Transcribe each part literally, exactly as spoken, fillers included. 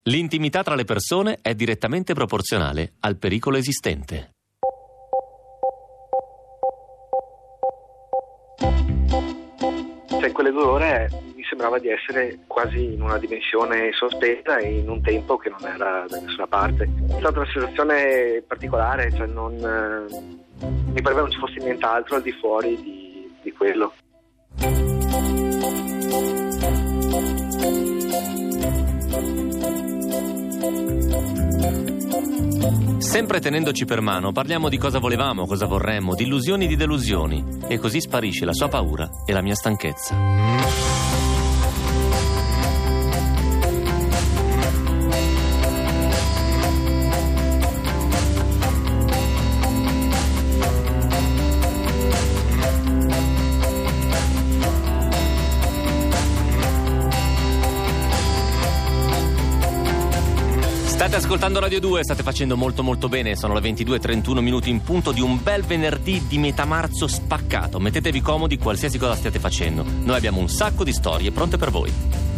L'intimità tra le persone è direttamente proporzionale al pericolo esistente. Cioè, in quelle due ore mi sembrava di essere quasi in una dimensione sospesa e in un tempo che non era da nessuna parte. È stata una situazione particolare, cioè non, eh, mi pareva non ci fosse nient'altro al di fuori di, di quello. Sempre tenendoci per mano, parliamo di cosa volevamo, cosa vorremmo, di illusioni e di delusioni, e così sparisce la sua paura e la mia stanchezza. State ascoltando Radio due, state facendo molto molto bene, sono le ventidue e trentuno minuti in punto di un bel venerdì di metà marzo spaccato. Mettetevi comodi qualsiasi cosa stiate facendo, noi abbiamo un sacco di storie pronte per voi.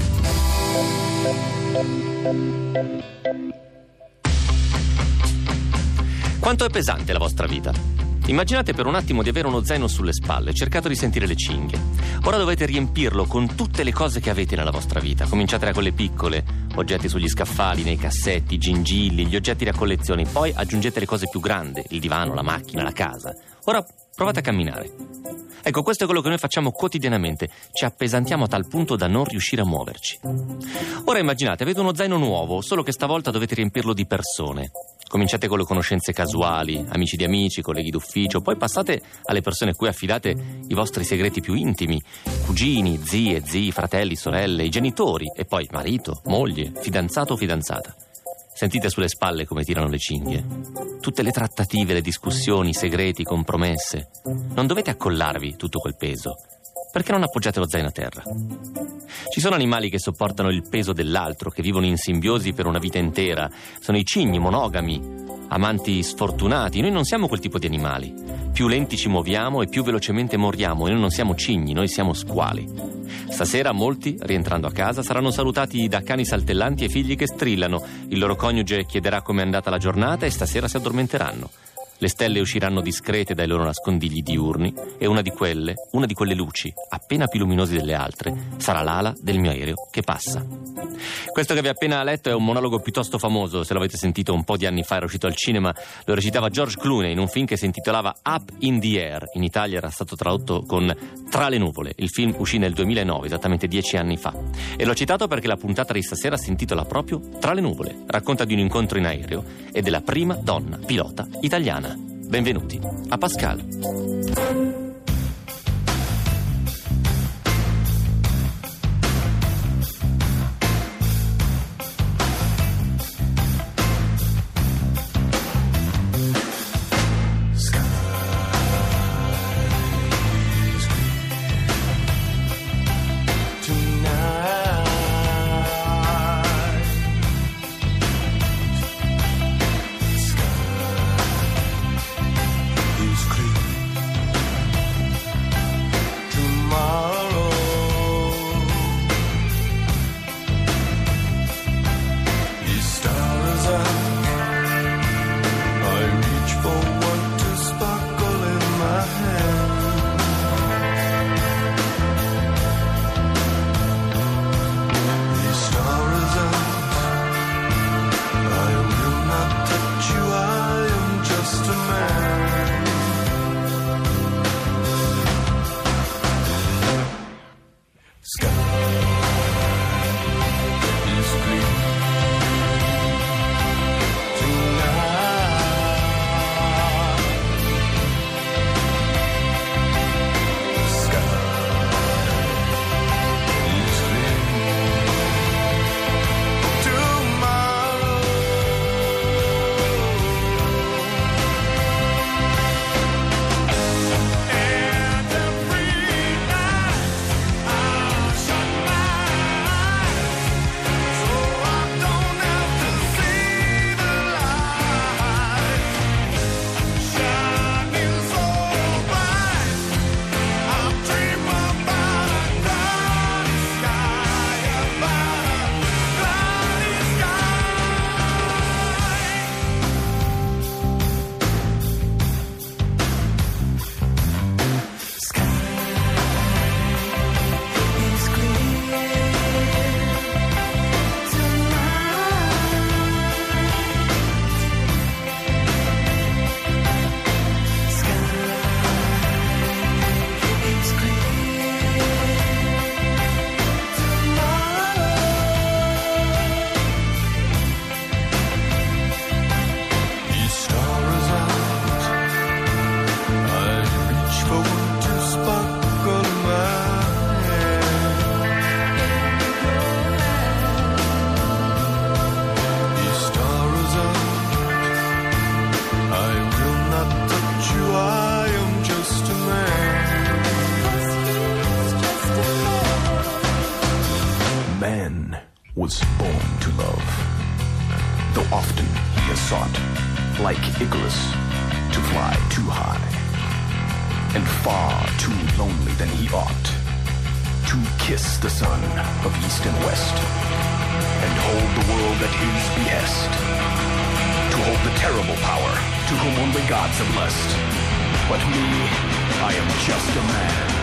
Quanto è pesante la vostra vita? Immaginate per un attimo di avere uno zaino sulle spalle, cercate di sentire le cinghie. Ora dovete riempirlo con tutte le cose che avete nella vostra vita. Cominciate da quelle piccole, oggetti sugli scaffali, nei cassetti, gingilli, gli oggetti da collezione. Poi aggiungete le cose più grandi, il divano, la macchina, la casa. Ora provate a camminare. Ecco, questo è quello che noi facciamo quotidianamente. Ci appesantiamo a tal punto da non riuscire a muoverci. Ora immaginate, avete uno zaino nuovo, solo che stavolta dovete riempirlo di persone. Cominciate con le conoscenze casuali, amici di amici, colleghi d'ufficio, poi passate alle persone a cui affidate i vostri segreti più intimi, cugini, zie, zii, fratelli, sorelle, i genitori, e poi marito, moglie, fidanzato o fidanzata. Sentite sulle spalle come tirano le cinghie. Tutte le trattative, le discussioni, i segreti, i compromesse. Non dovete accollarvi tutto quel peso. Perché non appoggiate lo zaino a terra? Ci sono animali che sopportano il peso dell'altro, che vivono in simbiosi per una vita intera. Sono i cigni, monogami, amanti sfortunati. Noi non siamo quel tipo di animali. Più lenti ci muoviamo e più velocemente moriamo. E noi non siamo cigni, noi siamo squali. Stasera molti, rientrando a casa, saranno salutati da cani saltellanti e figli che strillano. Il loro coniuge chiederà com'è andata la giornata e stasera si addormenteranno. Le stelle usciranno discrete dai loro nascondigli diurni e una di quelle, una di quelle luci, appena più luminose delle altre, sarà l'ala del mio aereo che passa. Questo che vi ho appena letto è un monologo piuttosto famoso, se l'avete sentito un po' di anni fa, era uscito al cinema, lo recitava George Clooney in un film che si intitolava Up in the Air, in Italia era stato tradotto con Tra le nuvole, il film uscì nel duemilanove, esattamente dieci anni fa. E l'ho citato perché la puntata di stasera si intitola proprio Tra le nuvole, racconta di un incontro in aereo e della prima donna pilota italiana. Benvenuti a Pascal. though often he has sought, like Icarus, to fly too high, and far too lonely than he ought, to kiss the sun of east and west, and hold the world at his behest, to hold the terrible power to whom only gods are blessed. But me, I am just a man.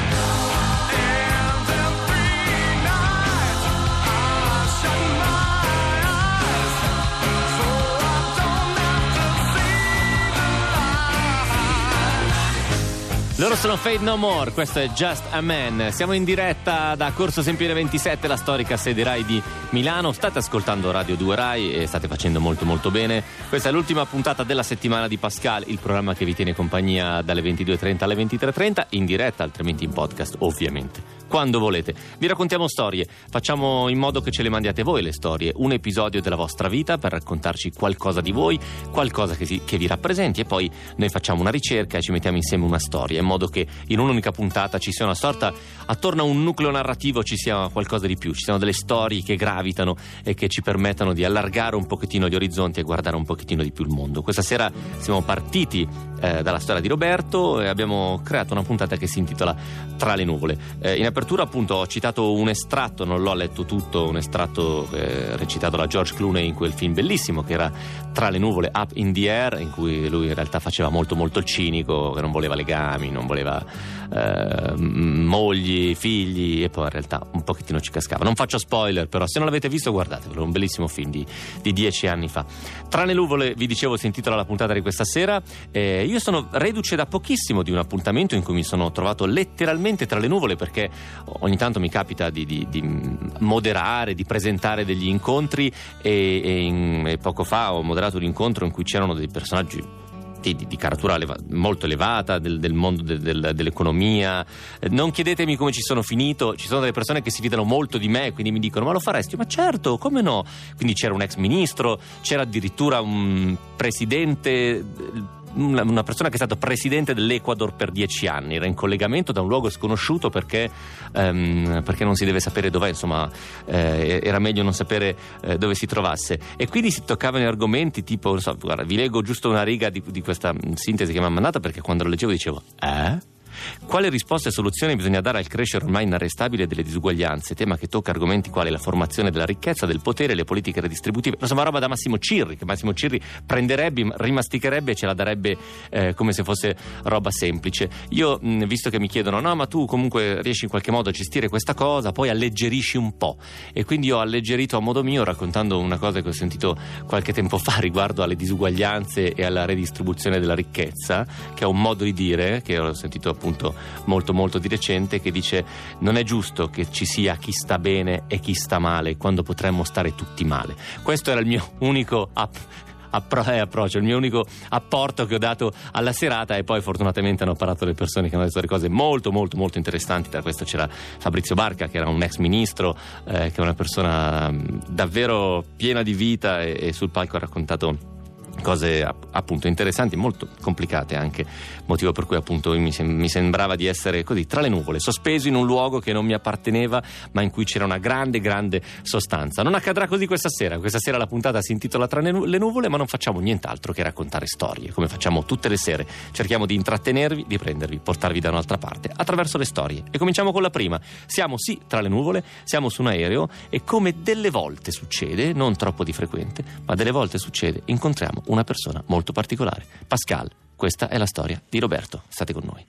Loro sono Fade No More, questo è Just a Man. Siamo in diretta da Corso Sempione ventisette, la storica sede Rai di Milano. State ascoltando Radio due Rai e state facendo molto molto bene. Questa è l'ultima puntata della settimana di Pascal, il programma che vi tiene compagnia dalle ventidue e trenta alle ventitré e trenta, in diretta, altrimenti in podcast, ovviamente, quando volete. Vi raccontiamo storie, facciamo in modo che ce le mandiate voi le storie, un episodio della vostra vita per raccontarci qualcosa di voi, qualcosa che, si, che vi rappresenti, e poi noi facciamo una ricerca e ci mettiamo insieme una storia, in modo che in un'unica puntata ci sia una sorta, attorno a un nucleo narrativo ci sia qualcosa di più, ci siano delle storie che gravitano e che ci permettano di allargare un pochettino gli orizzonti e guardare un pochettino di più il mondo. Questa sera siamo partiti eh, dalla storia di Roberto e abbiamo creato una puntata che si intitola Tra le nuvole. Eh, in apertura appunto ho citato un estratto, non l'ho letto tutto, un estratto eh, recitato da George Clooney in quel film bellissimo che era Tra le nuvole, Up in the Air, in cui lui in realtà faceva molto molto il cinico, che non voleva legami, non voleva eh, mogli, figli, e poi in realtà un pochettino ci cascava. Non faccio spoiler, però se non l'avete visto guardatevelo, è un bellissimo film di, di dieci anni fa. Tra le nuvole, vi dicevo, si intitola la puntata di questa sera. Eh, io sono reduce da pochissimo di un appuntamento in cui mi sono trovato letteralmente tra le nuvole, perché ogni tanto mi capita di, di, di moderare, di presentare degli incontri e, e, in, e poco fa ho moderato un incontro in cui c'erano dei personaggi Di, di caratura eleva, molto elevata del, del mondo de, del, dell'economia. Eh, non chiedetemi come ci sono finito, ci sono delle persone che si fidano molto di me, quindi mi dicono: ma lo faresti? Ma certo, come no? Quindi c'era un ex ministro, c'era addirittura un presidente, una, una persona che è stato presidente dell'Ecuador per dieci anni, era in collegamento da un luogo sconosciuto perché, um, perché non si deve sapere dov'è, insomma eh, era meglio non sapere eh, dove si trovasse, e quindi si toccavano argomenti tipo, non so, guarda, vi leggo giusto una riga di, di questa sintesi che mi ha mandata, perché quando lo leggevo dicevo eh? Quale risposta e soluzione bisogna dare al crescere ormai inarrestabile delle disuguaglianze, tema che tocca argomenti quali la formazione della ricchezza, del potere e le politiche redistributive. Insomma, roba da Massimo Cirri, che Massimo Cirri prenderebbe, rimasticherebbe e ce la darebbe eh, come se fosse roba semplice. Io, mh, visto che mi chiedono: no, ma tu comunque riesci in qualche modo a gestire questa cosa, poi alleggerisci un po', e quindi ho alleggerito a modo mio raccontando una cosa che ho sentito qualche tempo fa riguardo alle disuguaglianze e alla redistribuzione della ricchezza, che è un modo di dire che ho sentito appunto molto molto di recente, che dice: non è giusto che ci sia chi sta bene e chi sta male quando potremmo stare tutti male. Questo era il mio unico app Appro- eh, approccio, il mio unico apporto che ho dato alla serata, e poi fortunatamente hanno parlato le persone che hanno detto delle cose molto molto molto interessanti. Tra questo c'era Fabrizio Barca, che era un ex ministro, eh, che è una persona davvero piena di vita, e, e sul palco ha raccontato cose appunto interessanti, molto complicate anche, motivo per cui appunto mi, sem- mi sembrava di essere così tra le nuvole, sospeso in un luogo che non mi apparteneva, ma in cui c'era una grande grande sostanza. Non accadrà così questa sera. Questa sera la puntata si intitola Tra le nuvole, ma non facciamo nient'altro che raccontare storie, come facciamo tutte le sere. Cerchiamo di intrattenervi, di prendervi, portarvi da un'altra parte attraverso le storie, e cominciamo con la prima. Siamo sì tra le nuvole, siamo su un aereo, e come delle volte succede, non troppo di frequente, ma delle volte succede, incontriamo una persona molto particolare. Pascal, questa è la storia di Roberto. State con noi.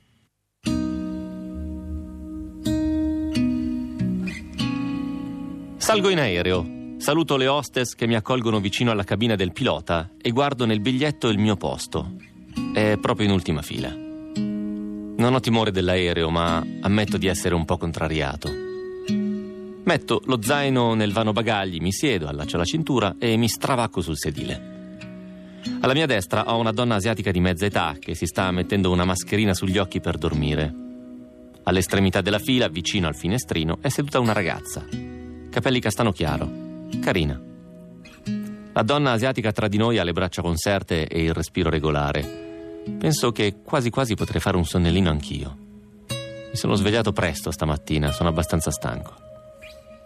Salgo in aereo, saluto le hostess che mi accolgono vicino alla cabina del pilota e guardo nel biglietto il mio posto. È proprio in ultima fila. Non ho timore dell'aereo, ma ammetto di essere un po' contrariato. Metto lo zaino nel vano bagagli, mi siedo, allaccio la cintura e mi stravacco sul sedile. Alla mia destra ho una donna asiatica di mezza età che si sta mettendo una mascherina sugli occhi per dormire. All'estremità della fila, vicino al finestrino, è seduta una ragazza. Capelli castano chiaro, carina. La donna asiatica tra di noi ha le braccia conserte e il respiro regolare. Penso che quasi quasi potrei fare un sonnellino anch'io. Mi sono svegliato presto stamattina, sono abbastanza stanco.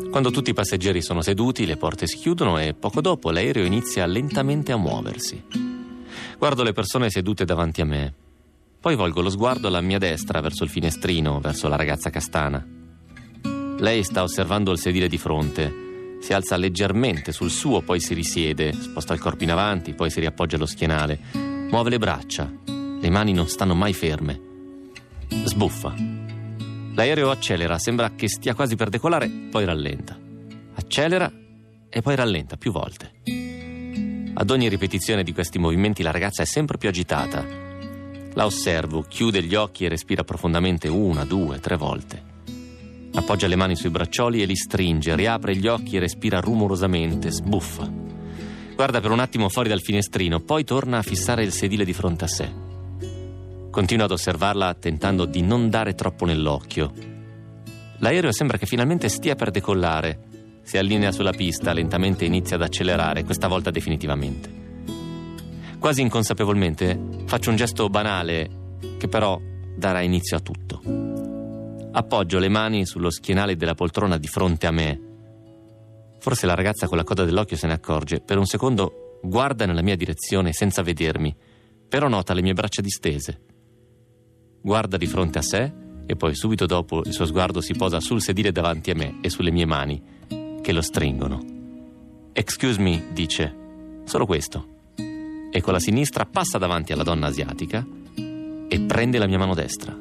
Quando tutti i passeggeri sono seduti, le porte si chiudono e poco dopo l'aereo inizia lentamente a muoversi. Guardo le persone sedute davanti a me. Poi volgo lo sguardo alla mia destra, verso il finestrino, verso la ragazza castana. Lei sta osservando il sedile di fronte. Si alza leggermente sul suo, poi si risiede, sposta il corpo in avanti, poi si riappoggia allo schienale. Muove le braccia. Le mani non stanno mai ferme. Sbuffa. L'aereo accelera, sembra che stia quasi per decolare, poi rallenta. Accelera e poi rallenta più volte. Ad ogni ripetizione di questi movimenti la ragazza è sempre più agitata. La osservo, chiude gli occhi e respira profondamente una, due, tre volte. Appoggia le mani sui braccioli e li stringe, riapre gli occhi e respira rumorosamente, sbuffa. Guarda per un attimo fuori dal finestrino, poi torna a fissare il sedile di fronte a sé. Continua ad osservarla tentando di non dare troppo nell'occhio. L'aereo sembra che finalmente stia per decollare. Si allinea sulla pista, lentamente inizia ad accelerare, questa volta definitivamente. Quasi inconsapevolmente faccio un gesto banale che però darà inizio a tutto. Appoggio le mani sullo schienale della poltrona di fronte a me. Forse la ragazza con la coda dell'occhio se ne accorge. Per un secondo guarda nella mia direzione senza vedermi, però nota le mie braccia distese. Guarda di fronte a sé e poi subito dopo il suo sguardo si posa sul sedile davanti a me e sulle mie mani che lo stringono. Excuse me, dice, solo questo. E con la sinistra passa davanti alla donna asiatica e prende la mia mano destra.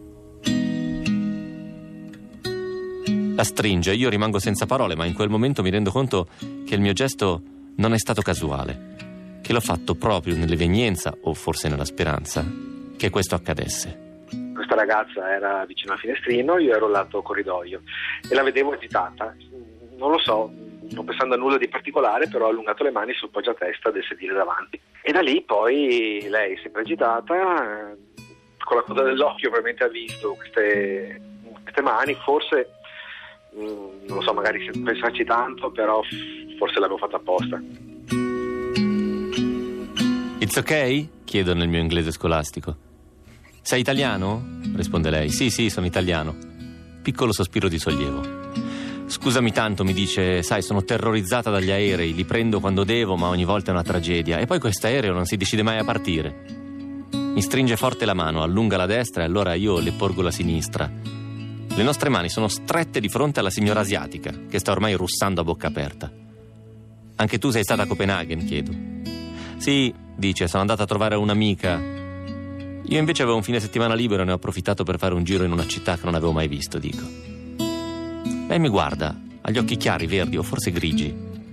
La stringe, io rimango senza parole, ma in quel momento mi rendo conto che il mio gesto non è stato casuale, che l'ho fatto proprio nell'evenienza, o forse nella speranza, che questo accadesse. Questa ragazza era vicino al finestrino, io ero al lato corridoio e la vedevo agitata. Non lo so, non pensando a nulla di particolare, però ho allungato le mani sul poggiatesta del sedile davanti. E da lì poi lei, sempre agitata, con la coda dell'occhio ovviamente ha visto queste, queste mani, forse, non lo so, magari se pensarci tanto, però forse l'avevo fatta apposta. It's okay? Chiedo nel mio inglese scolastico. Sei italiano? Risponde lei. Sì, sì, sono italiano. Piccolo sospiro di sollievo. Scusami tanto, mi dice, sai, sono terrorizzata dagli aerei, li prendo quando devo, ma ogni volta è una tragedia. E poi questo aereo non si decide mai a partire. Mi stringe forte la mano, allunga la destra e allora io le porgo la sinistra. Le nostre mani sono strette di fronte alla signora asiatica, che sta ormai russando a bocca aperta. Anche tu sei stata a Copenaghen, chiedo. Sì, dice, sono andata a trovare un'amica. Io invece avevo un fine settimana libero e ne ho approfittato per fare un giro in una città che non avevo mai visto, dico. Lei mi guarda, ha gli occhi chiari, verdi o forse grigi.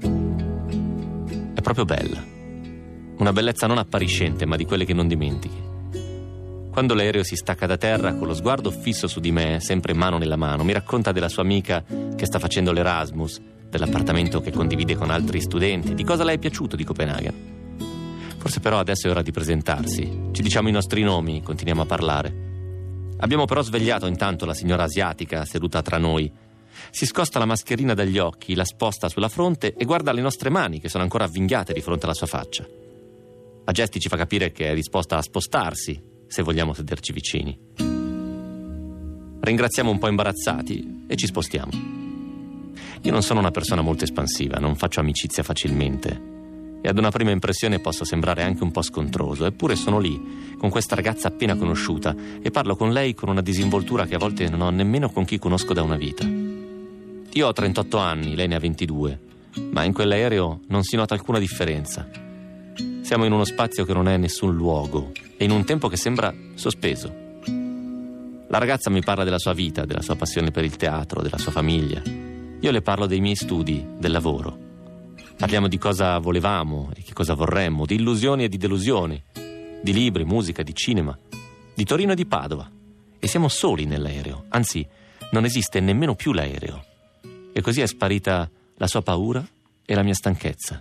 È proprio bella. Una bellezza non appariscente, ma di quelle che non dimentichi. Quando l'aereo si stacca da terra, con lo sguardo fisso su di me, sempre mano nella mano, mi racconta della sua amica che sta facendo l'Erasmus, dell'appartamento che condivide con altri studenti, di cosa le è piaciuto di Copenaghen. Forse però adesso è ora di presentarsi. Ci diciamo i nostri nomi, continuiamo a parlare. Abbiamo però svegliato intanto la signora asiatica seduta tra noi. Si scosta la mascherina dagli occhi, la sposta sulla fronte e guarda le nostre mani che sono ancora avvinghiate di fronte alla sua faccia. A gesti ci fa capire che è disposta a spostarsi se vogliamo sederci vicini. Ringraziamo un po' imbarazzati e ci spostiamo. Io non sono una persona molto espansiva, non faccio amicizia facilmente e ad una prima impressione posso sembrare anche un po' scontroso, eppure sono lì con questa ragazza appena conosciuta e parlo con lei con una disinvoltura che a volte non ho nemmeno con chi conosco da una vita. Io ho trentotto anni, lei ne ha ventidue, ma in quell'aereo non si nota alcuna differenza. Siamo in uno spazio che non è nessun luogo e in un tempo che sembra sospeso. La ragazza mi parla della sua vita, della sua passione per il teatro, della sua famiglia. Io le parlo dei miei studi, del lavoro. Parliamo di cosa volevamo e che cosa vorremmo, di illusioni e di delusioni, di libri, musica, di cinema, di Torino e di Padova. E siamo soli nell'aereo, anzi, non esiste nemmeno più l'aereo. E così è sparita la sua paura e la mia stanchezza.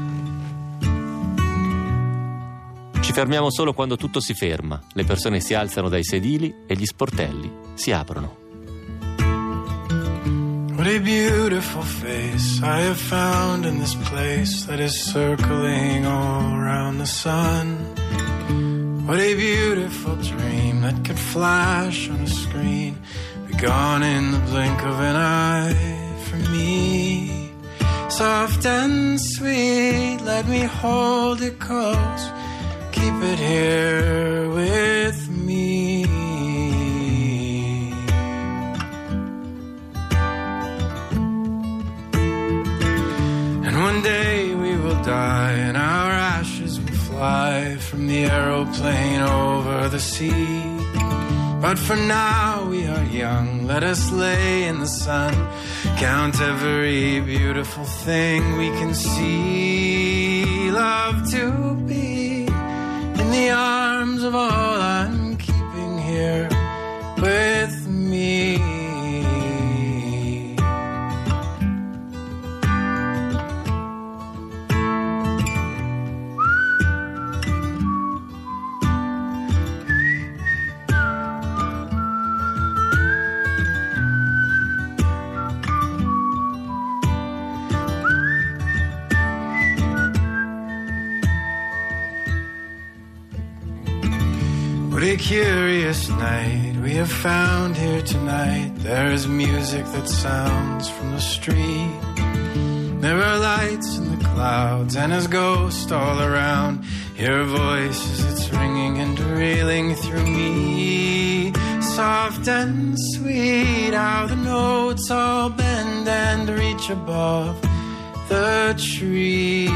Ci fermiamo solo quando tutto si ferma, le persone si alzano dai sedili e gli sportelli si aprono. What a beautiful face I have found in this place that is circling all around the sun. What a beautiful dream that could flash on a screen, be gone in the blink of an eye. for me. Soft and sweet, let me hold it close. Keep it here with me. And one day we will die and our ashes will fly from the aeroplane over the sea. But for now we are young, let us lay in the sun, count every beautiful thing we can see. Love to be in the arms of all I'm keeping here with me. What a curious night we have found here tonight. There is music that sounds from the street. There are lights in the clouds and his ghost all around. Hear a voice as it's ringing and reeling through me. Soft and sweet, how the notes all bend and reach above the tree.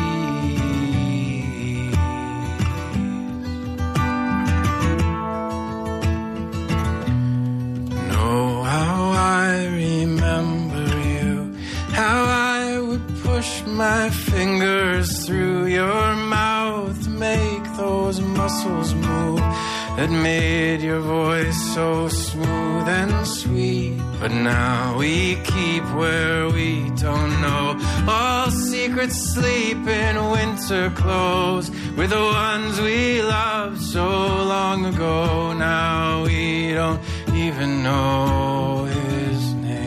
My fingers through your mouth make those muscles move that made your voice so smooth and sweet. But now we keep where we don't know. All secrets sleep in winter clothes with the ones we loved so long ago. Now we don't even know his name.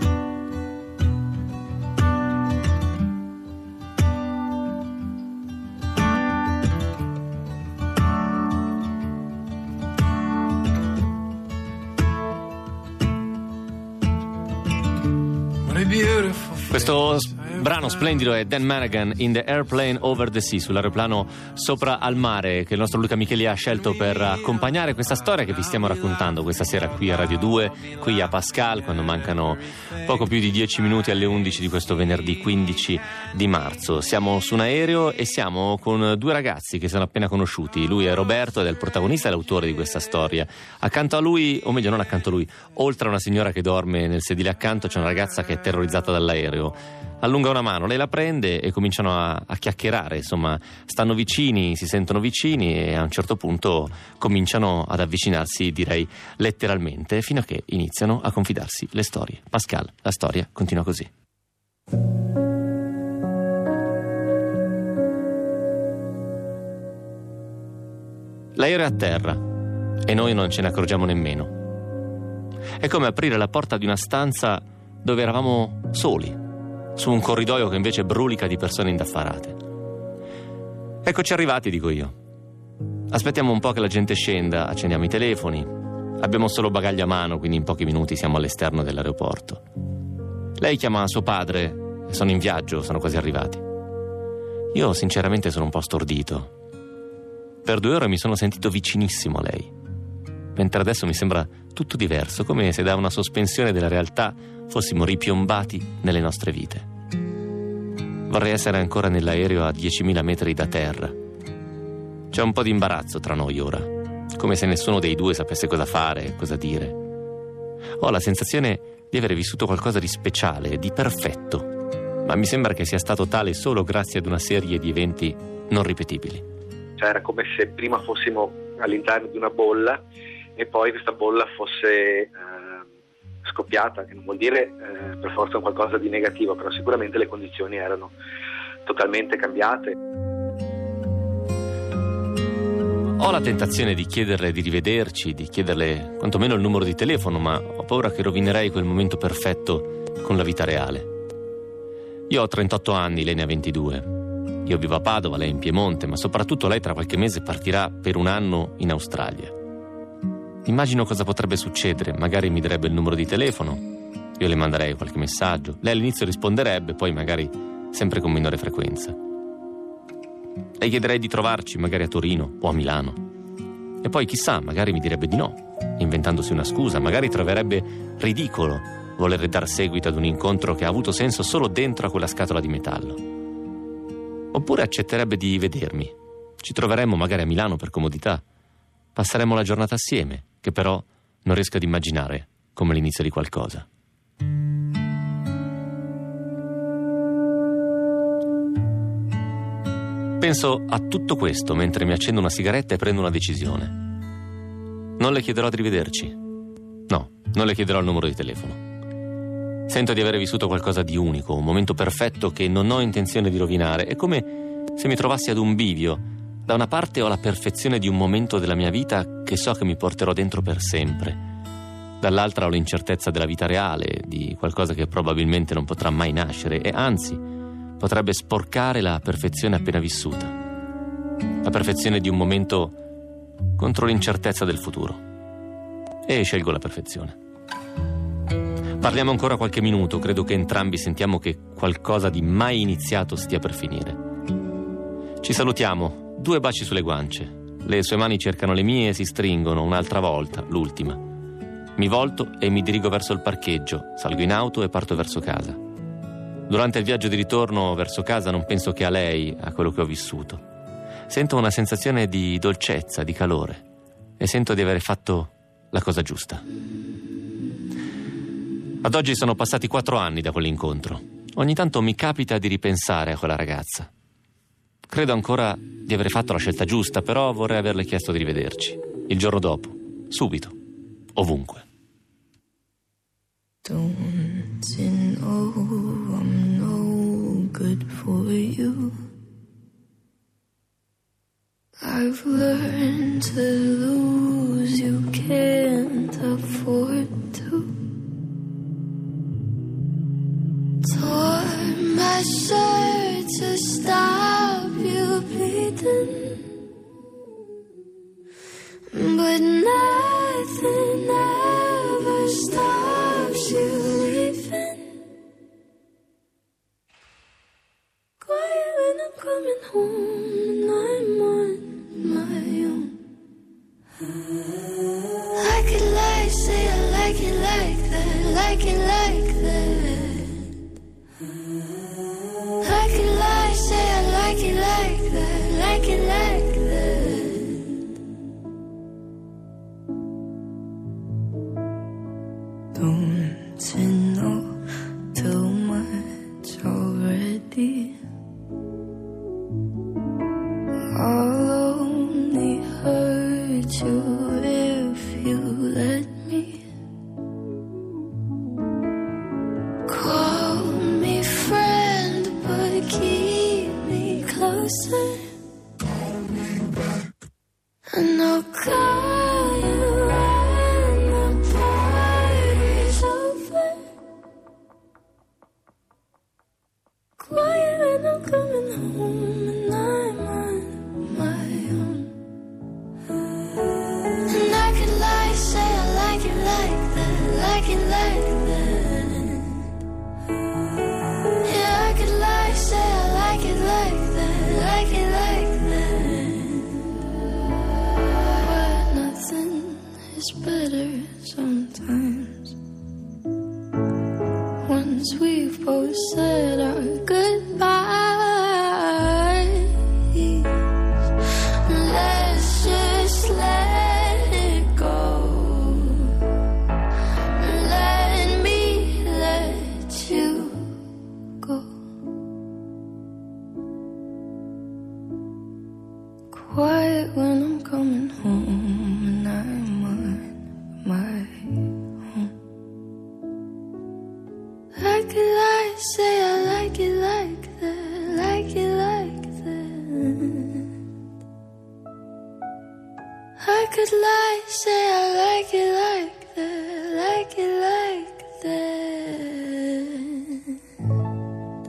Questo brano splendido è Dan Managan, In the Airplane Over the Sea, sull'aeroplano sopra al mare, che il nostro Luca Micheli ha scelto per accompagnare questa storia che vi stiamo raccontando questa sera qui a Radio due, qui a Pascal, quando mancano poco più di dieci minuti alle undici di questo venerdì quindici di marzo. Siamo su un aereo e siamo con due ragazzi che sono appena conosciuti. Lui è Roberto ed è il protagonista e l'autore di questa storia. Accanto a lui, o meglio non accanto a lui, oltre a una signora che dorme nel sedile accanto, c'è una ragazza che è terrorizzata dall'aereo. Allunga una mano, lei la prende e cominciano a, a chiacchierare, insomma stanno vicini, si sentono vicini e a un certo punto cominciano ad avvicinarsi, direi letteralmente, fino a che iniziano a confidarsi le storie. Pascal, la storia continua così. L'aereo è a terra e noi non ce ne accorgiamo nemmeno. È come aprire la porta di una stanza dove eravamo soli, su un corridoio che invece brulica di persone indaffarate. Eccoci arrivati, dico io. Aspettiamo un po' che la gente scenda, accendiamo i telefoni. Abbiamo solo bagaglio a mano, quindi in pochi minuti siamo all'esterno dell'aeroporto. Lei chiama suo padre, sono in viaggio, sono quasi arrivati. Io sinceramente sono un po' stordito. Per due ore mi sono sentito vicinissimo a lei, mentre adesso mi sembra tutto diverso, come se da una sospensione della realtà fossimo ripiombati nelle nostre vite. Vorrei essere ancora nell'aereo a diecimila metri da terra. C'è un po' di imbarazzo tra noi ora, come se nessuno dei due sapesse cosa fare, cosa dire. Ho la sensazione di aver vissuto qualcosa di speciale, di perfetto, ma mi sembra che sia stato tale solo grazie ad una serie di eventi non ripetibili. Cioè era come se prima fossimo all'interno di una bolla e poi questa bolla fosse eh, scoppiata, che non vuol dire eh, per forza qualcosa di negativo, però sicuramente le condizioni erano totalmente cambiate. Ho la tentazione di chiederle di rivederci, di chiederle quantomeno il numero di telefono, ma ho paura che rovinerei quel momento perfetto con la vita reale. Io ho trentotto anni, lei ne ha ventidue. Io vivo a Padova, lei in Piemonte, ma soprattutto lei tra qualche mese partirà per un anno in Australia. Immagino cosa potrebbe succedere, magari mi darebbe il numero di telefono, Io le manderei qualche messaggio. Lei all'inizio risponderebbe, poi magari sempre con minore frequenza. Le chiederei di trovarci magari a Torino o a Milano. E poi chissà, magari mi direbbe di no, inventandosi una scusa. Magari troverebbe ridicolo voler dar seguito ad un incontro che ha avuto senso solo dentro a quella scatola di metallo. Oppure accetterebbe di vedermi. Ci troveremmo magari a Milano per comodità. Passeremmo la giornata assieme, che però non riesco ad immaginare come l'inizio di qualcosa. Penso a tutto questo mentre mi accendo una sigaretta e prendo una decisione. Non le chiederò di rivederci. No, non le chiederò il numero di telefono. Sento di avere vissuto qualcosa di unico, un momento perfetto che non ho intenzione di rovinare. È come se mi trovassi ad un bivio. Da una parte ho la perfezione di un momento della mia vita che so che mi porterò dentro per sempre. Dall'altra ho l'incertezza della vita reale, di qualcosa che probabilmente non potrà mai nascere e anzi potrebbe sporcare la perfezione appena vissuta. La perfezione di un momento contro l'incertezza del futuro. E scelgo la perfezione. Parliamo ancora qualche minuto, credo che entrambi sentiamo che qualcosa di mai iniziato stia per finire. Ci salutiamo, due baci sulle guance. Le sue mani cercano le mie e si stringono un'altra volta, l'ultima. Mi volto e mi dirigo verso il parcheggio, salgo in auto e parto verso casa. Durante il viaggio di ritorno verso casa non penso che a lei, a quello che ho vissuto. Sento una sensazione di dolcezza, di calore e sento di aver fatto la cosa giusta. Ad oggi sono passati quattro anni da quell'incontro. Ogni tanto mi capita di ripensare a quella ragazza. Credo ancora di aver fatto la scelta giusta, però vorrei averle chiesto di rivederci. Il giorno dopo, subito, ovunque. Don't you know I'm no good for you? I've learned to lose, you can't afford to. Tore my shirt to stop you bleeding, but nothing ever stops you leaving. Quiet when I'm coming home and I'm on my own. I could lie, say I like it like that, like it like that. I could lie, say I like it like that, like it like that. Don't you know too much already? I'll only hurt you if you let me. Call me friend, but keep me closer. And I'll call you when the party's over. Quiet when I'm coming home and I'm on my own. And I could lie, say I like it like that, like it like that. Yeah, I could lie, say I like it like that, like it like that. But nothing is better sometimes. Once we've both said our goodbyes, let's just let it go. Let me let you go. Quiet when I'm coming home and I'm on my own. I could lie, say I like it like that, like it like that. I could lie, say I like it like that, like it like that.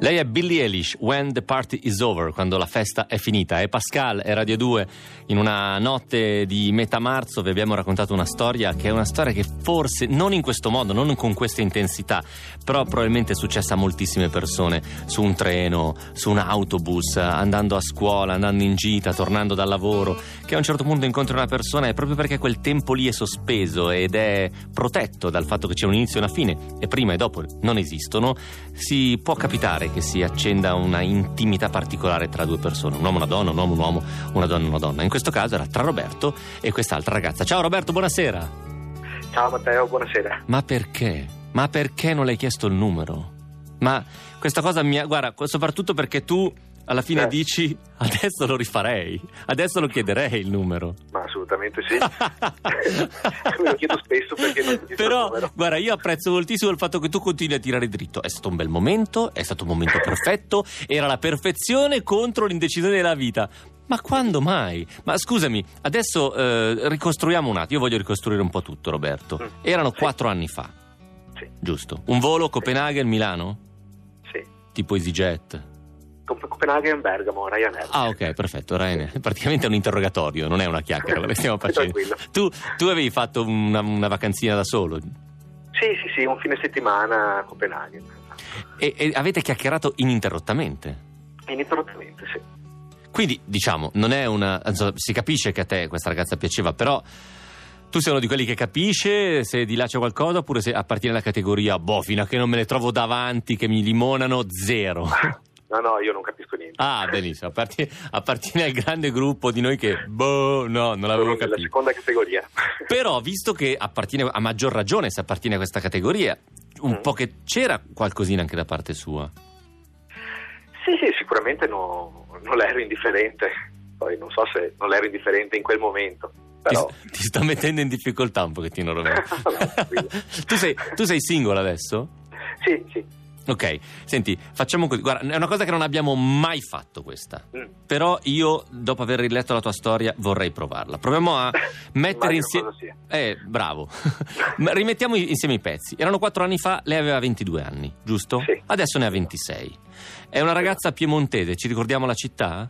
Lei è Billie Eilish, When the Party is Over, quando la festa è finita. E Pascal e Radio due, in una notte di metà marzo vi abbiamo raccontato una storia che è una storia che forse, non in questo modo, non con questa intensità, però probabilmente è successa a moltissime persone, su un treno, su un autobus, andando a scuola, andando in gita, tornando dal lavoro, che a un certo punto incontri una persona e proprio perché quel tempo lì è sospeso ed è protetto dal fatto che c'è un inizio e una fine, e prima e dopo non esistono, si può capitare che si accenda una intimità particolare tra due persone, un uomo e una donna, un uomo e un uomo, una donna e una donna. In questo caso era tra Roberto e quest'altra ragazza. Ciao Roberto, buonasera. Ciao Matteo, buonasera. Ma perché? Ma perché non le hai chiesto il numero? Ma questa cosa mi ha... Guarda, soprattutto perché tu alla fine eh. dici adesso lo rifarei, adesso lo chiederei il numero. Ma assolutamente sì. Me lo chiedo spesso perché non ti Però guarda, io apprezzo moltissimo il fatto che tu continui a tirare dritto. È stato un bel momento, è stato un momento perfetto, era la perfezione contro l'indecisione della vita. Ma quando mai? Ma scusami, adesso eh, ricostruiamo un attimo. Io voglio ricostruire un po' tutto, Roberto. Mm. Erano sì. quattro anni fa. Sì. Giusto? Un volo Copenaghen-Milano? Sì. Tipo EasyJet? Copenaghen, Bergamo, Ryanair. Ah, ok, perfetto. Ryanair. Praticamente è un interrogatorio, non è una chiacchiera che stiamo facendo. Tu, tu avevi fatto una, una vacanzina da solo? Sì, sì, sì, un fine settimana a Copenaghen. E, e avete chiacchierato ininterrottamente? Ininterrottamente, sì. Quindi, diciamo, non è una... Insomma, si capisce che a te questa ragazza piaceva, però tu sei uno di quelli che capisce se di là c'è qualcosa, oppure se appartiene alla categoria boh, fino a che non me le trovo davanti che mi limonano, zero? No, no, io non capisco niente. Ah, benissimo, appartiene, appartiene al grande gruppo di noi che, boh, no, non l'avevo capito. La seconda categoria. Però, visto che appartiene, a maggior ragione se appartiene a questa categoria, un mm. po' che c'era qualcosina anche da parte sua. Sì, sì, sicuramente no, non ero indifferente. Poi non so se non ero indifferente in quel momento. Però... Ti, ti sto mettendo in difficoltà un pochettino, Roberto. No, tu, sei, tu sei single adesso? Sì, sì. Ok, senti, facciamo così. Guarda, è una cosa che non abbiamo mai fatto questa. Mm. Però io, dopo aver riletto la tua storia, vorrei provarla. Proviamo a mettere insieme. Eh, bravo. Rimettiamo insieme i pezzi. Erano quattro anni fa, lei aveva ventidue anni, giusto? Sì. Adesso ne ha ventisei. È una ragazza piemontese, ci ricordiamo la città?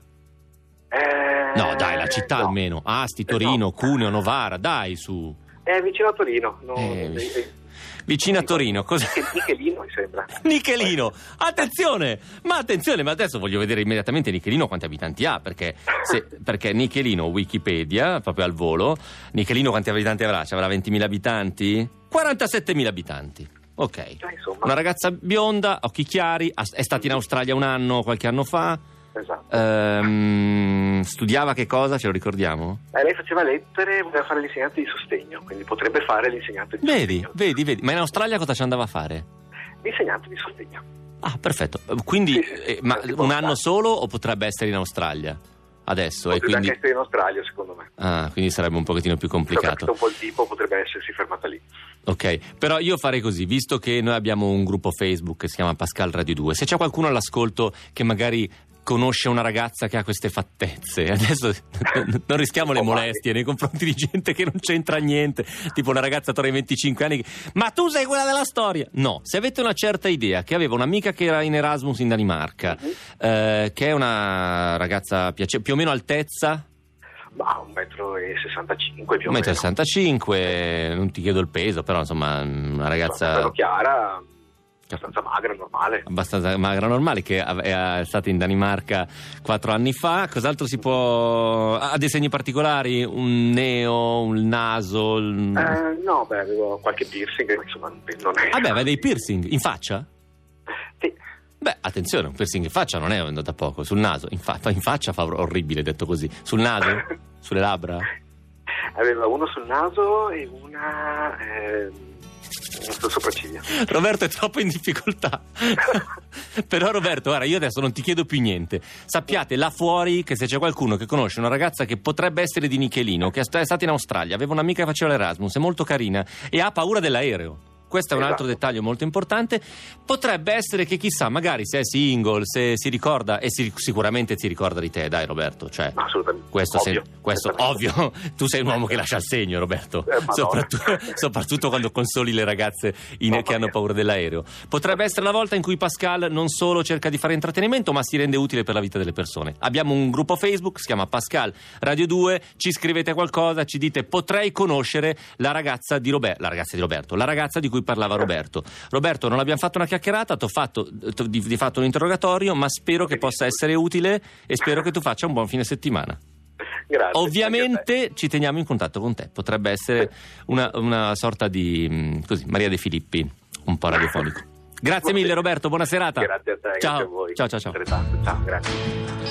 Eh, no, dai, la città no. almeno. Asti, Torino, no. Cuneo, Novara, dai, su. È vicino a Torino. No, eh, eh, vicino a Torino, cosa? Nichelino mi sembra. Nichelino, attenzione, ma attenzione, ma adesso voglio vedere immediatamente Nichelino quanti abitanti ha, perché, se, perché Nichelino, Wikipedia, proprio al volo, Nichelino quanti abitanti avrà? Ci avrà ventimila abitanti? quarantasettemila abitanti, ok. Eh, una ragazza bionda, occhi chiari, è stata in Australia un anno, qualche anno fa. Esatto. Ehm, studiava che cosa, ce lo ricordiamo? Eh, lei faceva lettere e voleva fare l'insegnante di sostegno, quindi potrebbe fare l'insegnante di vedi, sostegno. Vedi, vedi, ma in Australia cosa ci andava a fare? L'insegnante di sostegno. Ah, perfetto. Quindi, sì, sì, eh, ma un anno solo o potrebbe essere in Australia? Adesso? Potrebbe e quindi... anche essere in Australia, secondo me. Ah, quindi sarebbe un pochettino più complicato. Se ho un po' il tipo, potrebbe essersi fermata lì. Ok, però io farei così, visto che noi abbiamo un gruppo Facebook che si chiama Pascal Radio due, se c'è qualcuno all'ascolto che magari conosce una ragazza che ha queste fattezze, adesso non rischiamo le molestie nei confronti di gente che non c'entra niente, tipo una ragazza tra i venticinque anni che, ma tu sei quella della storia. No, se avete una certa idea, che aveva un'amica che era in Erasmus in Danimarca, uh-huh. eh, che è una ragazza piace- più o meno altezza, bah, un metro e sessantacinque più o meno. un metro e sessantacinque, non ti chiedo il peso, però insomma una ragazza una chiara, abbastanza magra, normale. Abbastanza magra, normale, che è stata in Danimarca quattro anni fa. Cos'altro si può... Ha dei segni particolari? Un neo, un naso? Il... Eh, no, beh, avevo qualche piercing, insomma, non è... Vabbè, aveva dei piercing in faccia? Sì. Beh, attenzione, un piercing in faccia non è da poco. Sul naso, in, fa- in faccia fa orribile detto così. Sul naso? Sulle labbra? Aveva uno sul naso e una... Eh... sul sopracciglio. Roberto è troppo in difficoltà. Però Roberto, guarda, io adesso non ti chiedo più niente. Sappiate là fuori che se c'è qualcuno che conosce una ragazza che potrebbe essere di Nichelino, che è stata in Australia, aveva un'amica che faceva l'Erasmus, è molto carina e ha paura dell'aereo. questo è un altro Esatto. dettaglio molto importante. Potrebbe essere che chissà, magari se è single, se si ricorda, e si, sicuramente si ricorda di te, dai Roberto, cioè, Assolutamente. questo, Ovvio. se, questo ovvio, tu sei un uomo che lascia il segno, Roberto, Eh, Madonna. soprattutto, soprattutto quando consoli le ragazze in, Mamma che hanno mia. paura dell'aereo. Potrebbe essere la volta in cui Pascal non solo cerca di fare intrattenimento, ma si rende utile per la vita delle persone. Abbiamo un gruppo Facebook, si chiama Pascal Radio due, ci scrivete qualcosa, ci dite potrei conoscere la ragazza di Roberto, la ragazza di Roberto, la ragazza di cui parlava Roberto. Roberto, non abbiamo fatto una chiacchierata, ti ho fatto t'ho di, di fatto un interrogatorio, ma spero che possa essere utile e spero che tu faccia un buon fine settimana. Grazie. Ovviamente ci teniamo in contatto con te, potrebbe essere una, una sorta di mh, così, Maria De Filippi, un po' radiofonico. Grazie mille Roberto, buona serata. Grazie a te, ciao. grazie a voi. Ciao ciao ciao. Altrettanto. Ciao, grazie.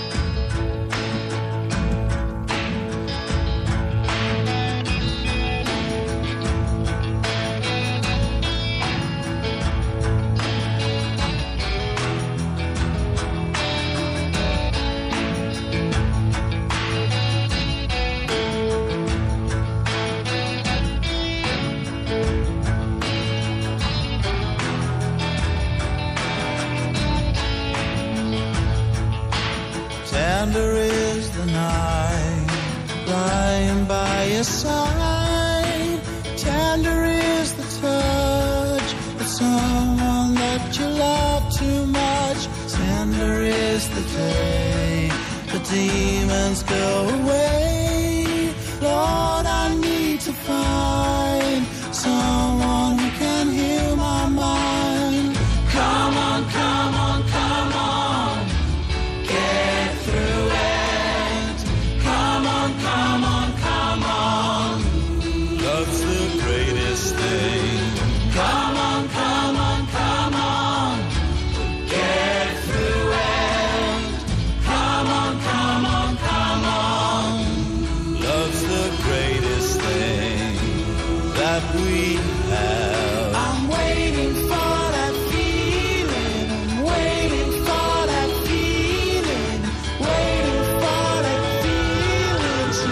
Tender is the night, lying by your side. Tender is the touch of someone that you love too much. Tender is the day the demons go away. Lord, I need to find someone who can heal my mind. Come on, come on, come on. Get through it. Come on, come on, come on. Love's the greatest thing. Come on, come on, come on. Get through it. Come on, come on, come on. Love's the greatest thing that we have. I'm waiting for that feeling. I'm waiting for that feeling. Waiting for that feeling to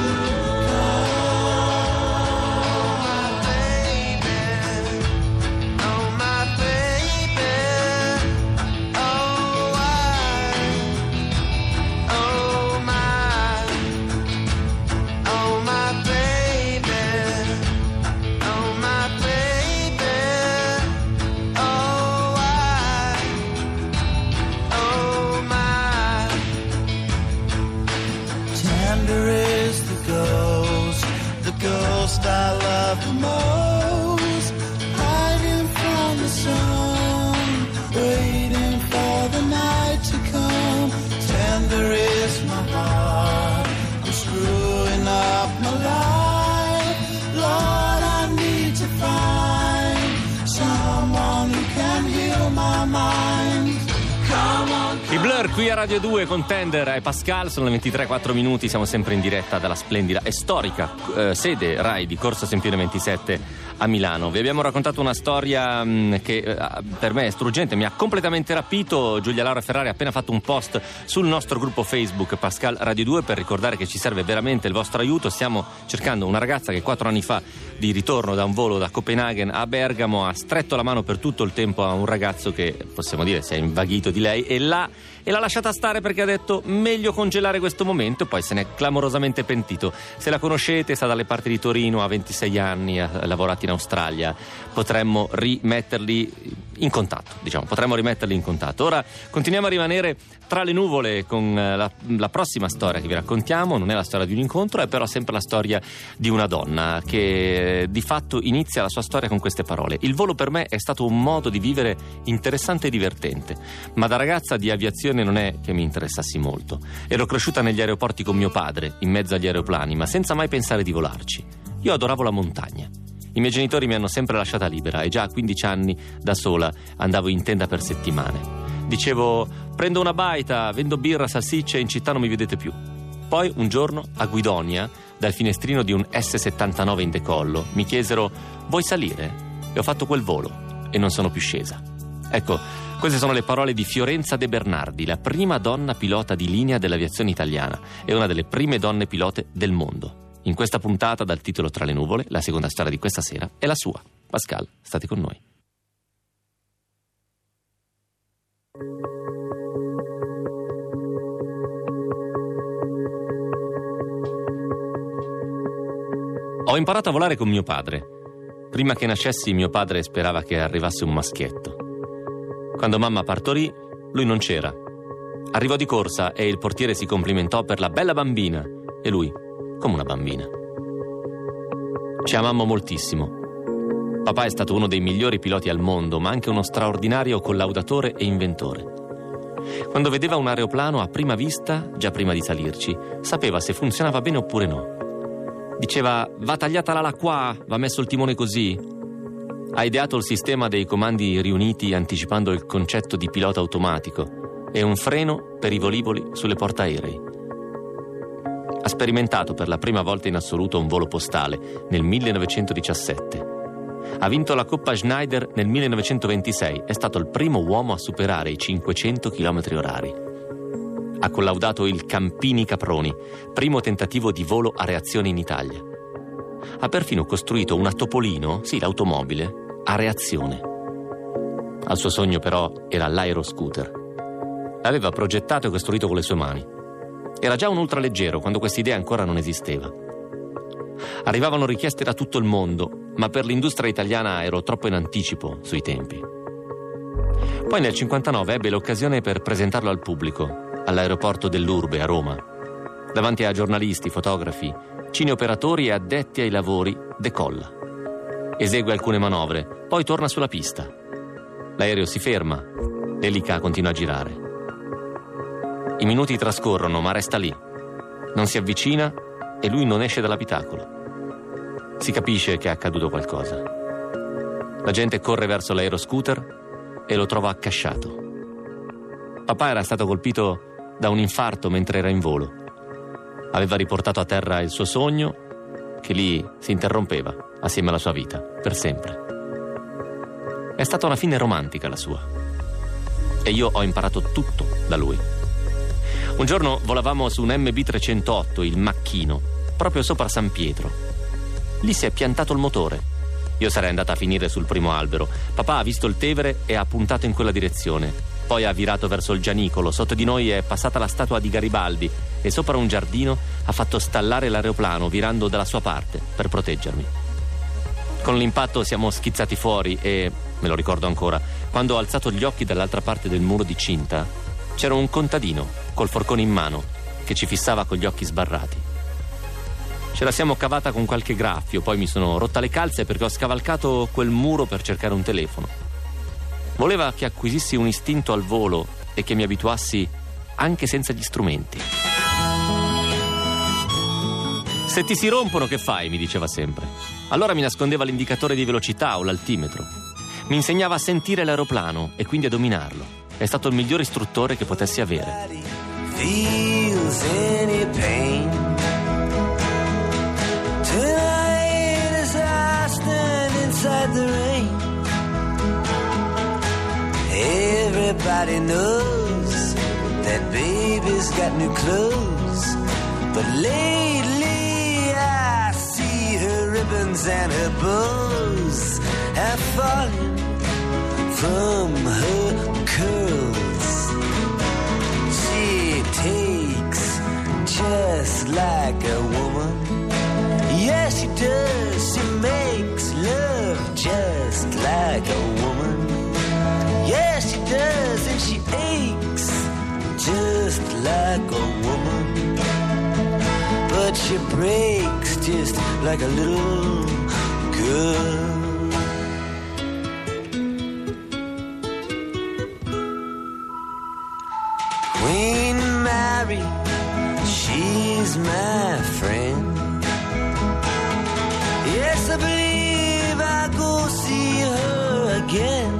come. Baby, oh my baby, oh I, oh my, oh my baby, oh my baby, oh I, oh my. Tender is the ghost, the ghost I love the most. Hiding from the sun, waiting for the night to come. Tender is my heart, I'm screwing up my life. Lord, I need to find someone who can heal my mind. Come on. I Blur qui a Radio due con Tender e Pascal, sono le ventitré e quattro minuti, siamo sempre in diretta dalla splendida e storica eh, sede Rai di Corso Sempione ventisette a Milano. Vi abbiamo raccontato una storia mh, che eh, per me è struggente, mi ha completamente rapito. Giulia Laura Ferrari ha appena fatto un post sul nostro gruppo Facebook Pascal Radio due per ricordare che ci serve veramente il vostro aiuto. Stiamo cercando una ragazza che quattro anni fa, di ritorno da un volo da Copenaghen a Bergamo, ha stretto la mano per tutto il tempo a un ragazzo che possiamo dire si è invaghito di lei e l'ha, e l'ha lasciata stare perché ha detto meglio congelare questo momento, e poi se n'è clamorosamente pentito. Se la conoscete, sta dalle parti di Torino, ha ventisei anni, ha lavorato in Australia, potremmo rimetterli in contatto, diciamo, potremmo rimetterli in contatto. Ora continuiamo a rimanere tra le nuvole con la, la prossima storia che vi raccontiamo. Non è la storia di un incontro, è però sempre la storia di una donna che di fatto inizia la sua storia con queste parole: il volo per me è stato un modo di vivere interessante e divertente, ma da ragazza di aviazione non è che mi interessassi molto. Ero cresciuta negli aeroporti con mio padre, in mezzo agli aeroplani, ma senza mai pensare di volarci. Io adoravo la montagna. I miei genitori mi hanno sempre lasciata libera e già a quindici anni da sola andavo in tenda per settimane. Dicevo, prendo una baita, vendo birra, salsicce e in città non mi vedete più. Poi un giorno a Guidonia, dal finestrino di un esse settantanove in decollo, mi chiesero, vuoi salire? E ho fatto quel volo e non sono più scesa. Ecco, queste sono le parole di Fiorenza De Bernardi, la prima donna pilota di linea dell'aviazione italiana e una delle prime donne pilote del mondo. In questa puntata dal titolo Tra le nuvole, la seconda storia di questa sera è la sua. Pascal, state con noi. Ho imparato a volare con mio padre. Prima che nascessi mio padre sperava che arrivasse un maschietto. Quando mamma partorì, lui non c'era. Arrivò di corsa e il portiere si complimentò per la bella bambina e lui, come una bambina. Ci amammo moltissimo. Papà è stato uno dei migliori piloti al mondo, ma anche uno straordinario collaudatore e inventore. Quando vedeva un aeroplano a prima vista, già prima di salirci, sapeva se funzionava bene oppure no. Diceva: va tagliata l'ala qua, va messo il timone così. Ha ideato il sistema dei comandi riuniti anticipando il concetto di pilota automatico e un freno per i velivoli sulle portaerei. Ha sperimentato per la prima volta in assoluto un volo postale nel millenovecentodiciassette. Ha vinto la Coppa Schneider nel millenovecentoventisei, è stato il primo uomo a superare i cinquecento chilometri orari. Ha collaudato il Campini Caproni, primo tentativo di volo a reazione in Italia. Ha perfino costruito una Topolino, sì, l'automobile, a reazione. Al suo sogno però era l'aeroscooter. L'aveva progettato e costruito con le sue mani. Era già un ultraleggero quando quest'idea ancora non esisteva. Arrivavano richieste da tutto il mondo, ma per l'industria italiana ero troppo in anticipo sui tempi. Poi nel cinquantanove ebbe l'occasione per presentarlo al pubblico, all'aeroporto dell'Urbe a Roma. Davanti a giornalisti, fotografi, cineoperatori e addetti ai lavori, decolla. Esegue alcune manovre, poi torna sulla pista. L'aereo si ferma, l'elica continua a girare. I minuti trascorrono, ma resta lì. Non si avvicina e lui non esce dall'abitacolo. Si capisce che è accaduto qualcosa. La gente corre verso l'aeroscooter e lo trova accasciato. Papà era stato colpito da un infarto mentre era in volo. Aveva riportato a terra il suo sogno, che lì si interrompeva assieme alla sua vita, per sempre. È stata una fine romantica la sua. E io ho imparato tutto da lui. Un giorno volavamo su un M B trecentotto, il Macchino, proprio sopra San Pietro. Lì si è piantato il motore. Io sarei andata a finire sul primo albero. Papà ha visto il Tevere e ha puntato in quella direzione. Poi ha virato verso il Gianicolo. Sotto di noi è passata la statua di Garibaldi e sopra un giardino ha fatto stallare l'aeroplano virando dalla sua parte per proteggermi. Con l'impatto siamo schizzati fuori e, me lo ricordo ancora, quando ho alzato gli occhi dall'altra parte del muro di cinta, c'era un contadino col forcone in mano che ci fissava con gli occhi sbarrati. Ce la siamo cavata con qualche graffio, poi mi sono rotta le calze perché ho scavalcato quel muro per cercare un telefono. Voleva che acquisissi un istinto al volo e che mi abituassi anche senza gli strumenti. Se ti si rompono, che fai? Mi diceva sempre. Allora mi nascondeva l'indicatore di velocità o l'altimetro. Mi insegnava a sentire l'aeroplano e quindi a dominarlo. È stato il miglior istruttore che potessi avere. Feels any pain tonight as I stand inside the rain. Everybody knows that baby's got new clothes, but lately I see her ribbons and her bows have fallen from her curls. She takes just like a woman. Yes, she does. She makes love just like a woman. Yes, she does, and she aches just like a woman. But she breaks just like a little girl. Queen Mary, she's my friend. Yes, I believe I'll go see her again.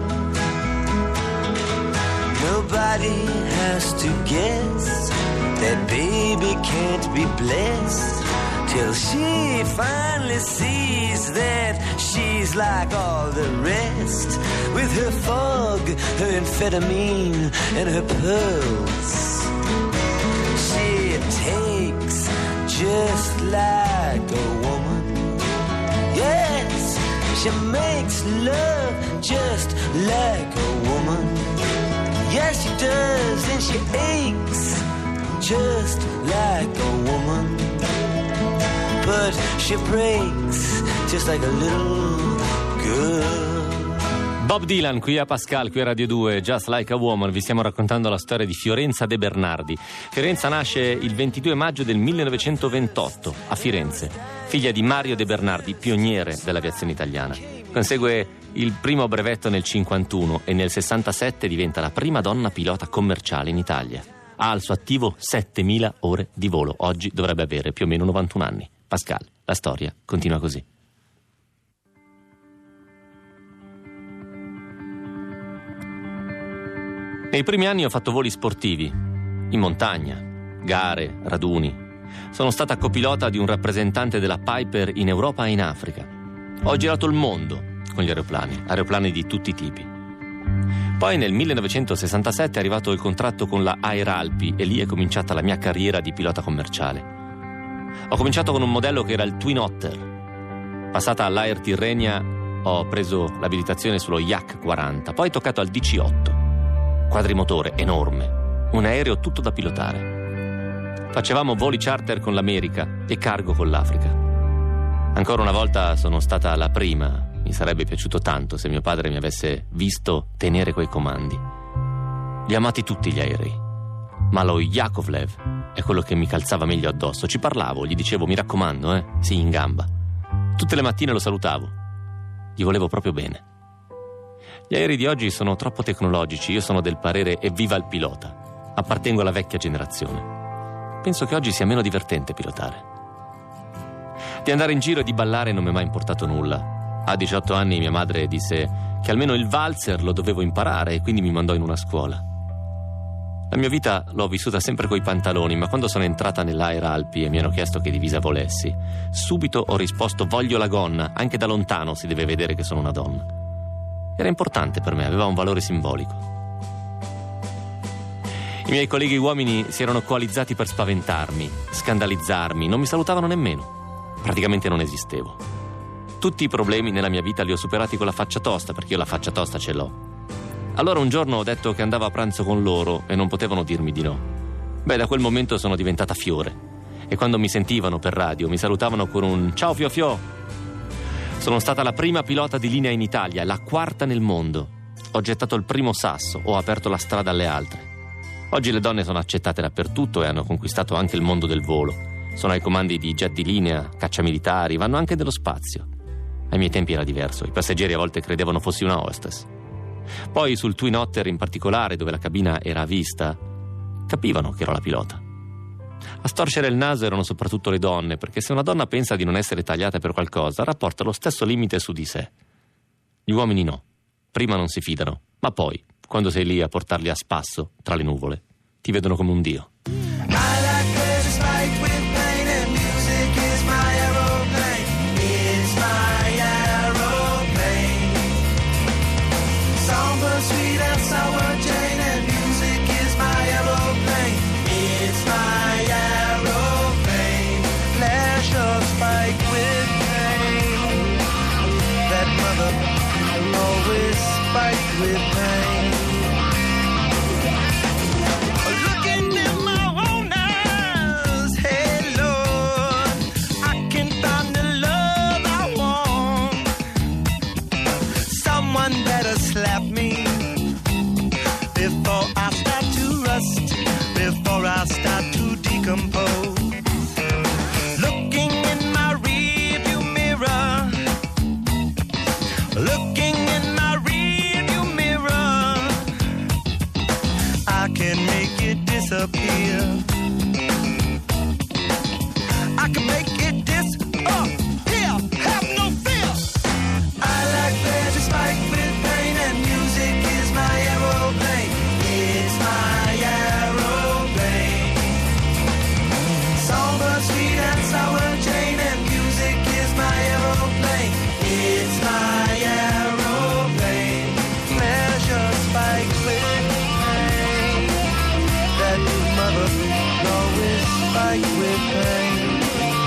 Nobody has to guess that baby can't be blessed till she finally sees that she's like all the rest, with her fog, her amphetamine, and her pearls. She takes just like a woman. Yes, she makes love just like a woman. Yes, she does, and she aches just like a woman. But she breaks just like a little girl. Bob Dylan qui a Pascal, qui a Radio due, Just Like a Woman. Vi stiamo raccontando la storia di Fiorenza De Bernardi. Fiorenza nasce il ventidue maggio del millenovecentoventotto a Firenze, figlia di Mario De Bernardi, pioniere dell'aviazione italiana. Consegue il primo brevetto nel cinquantuno e nel sessantasette diventa la prima donna pilota commerciale in Italia. Ha al suo attivo settemila ore di volo. Oggi dovrebbe avere più o meno novantuno anni. Pascal, la storia continua così. Nei primi anni ho fatto voli sportivi, in montagna, gare, raduni. Sono stata copilota di un rappresentante della Piper in Europa e in Africa. Ho girato il mondo con gli aeroplani, aeroplani di tutti i tipi. Poi nel millenovecentosessantasette è arrivato il contratto con la Air Alpi e lì è cominciata la mia carriera di pilota commerciale. Ho cominciato con un modello che era il Twin Otter. Passata all'Air Tirrenia ho preso l'abilitazione sullo Yak quaranta, poi toccato al D C otto. Quadrimotore enorme, un aereo tutto da pilotare. Facevamo voli charter con l'America e cargo con l'Africa. Ancora una volta sono stata la prima. Mi sarebbe piaciuto tanto se mio padre mi avesse visto tenere quei comandi. Li ho amati tutti gli aerei, ma lo Yakovlev è quello che mi calzava meglio addosso. Ci parlavo, gli dicevo mi raccomando, eh, sì, in gamba. Tutte le mattine lo salutavo, gli volevo proprio bene. Gli aerei di oggi sono troppo tecnologici, io sono del parere evviva il pilota. Appartengo alla vecchia generazione. Penso che oggi sia meno divertente pilotare. Di andare in giro e di ballare non mi è mai importato nulla. A diciotto anni mia madre disse che almeno il valzer lo dovevo imparare e quindi mi mandò in una scuola. La mia vita l'ho vissuta sempre coi pantaloni, ma quando sono entrata nell'Air Alpi e mi hanno chiesto che divisa volessi, subito ho risposto voglio la gonna, anche da lontano si deve vedere che sono una donna. Era importante per me, aveva un valore simbolico. I miei colleghi uomini si erano coalizzati per spaventarmi, scandalizzarmi, non mi salutavano nemmeno. Praticamente non esistevo. Tutti i problemi nella mia vita li ho superati con la faccia tosta, perché io la faccia tosta ce l'ho. Allora un giorno ho detto che andavo a pranzo con loro e non potevano dirmi di no. Beh, da quel momento sono diventata Fiore. E quando mi sentivano per radio mi salutavano con un ciao Fio Fio. Sono stata la prima pilota di linea in Italia, la quarta nel mondo. Ho gettato il primo sasso, ho aperto la strada alle altre. Oggi le donne sono accettate dappertutto e hanno conquistato anche il mondo del volo. Sono ai comandi di jet di linea, cacciamilitari, vanno anche nello spazio. Ai miei tempi era diverso, i passeggeri a volte credevano fossi una hostess. Poi sul Twin Otter in particolare, dove la cabina era a vista, capivano che ero la pilota. A storcere il naso erano soprattutto le donne, perché se una donna pensa di non essere tagliata per qualcosa, rapporta lo stesso limite su di sé. Gli uomini no. Prima non si fidano, ma poi, quando sei lì a portarli a spasso tra le nuvole, ti vedono come un dio. With pain. Looking in my own eyes, hey Lord, I can find the love I want. Someone better slap me before I start to rust, before I start to decompose. Looking in my rearview mirror, looking in my I can make it disappear. I can make it disappear. Have no fear. I like pleasure spiked with pain, and music is my aeroplane. It's my aeroplane. Somber, sweet and sour Jane, and music is my aeroplane. It's my aeroplane. Pleasure spiked with fight with pain.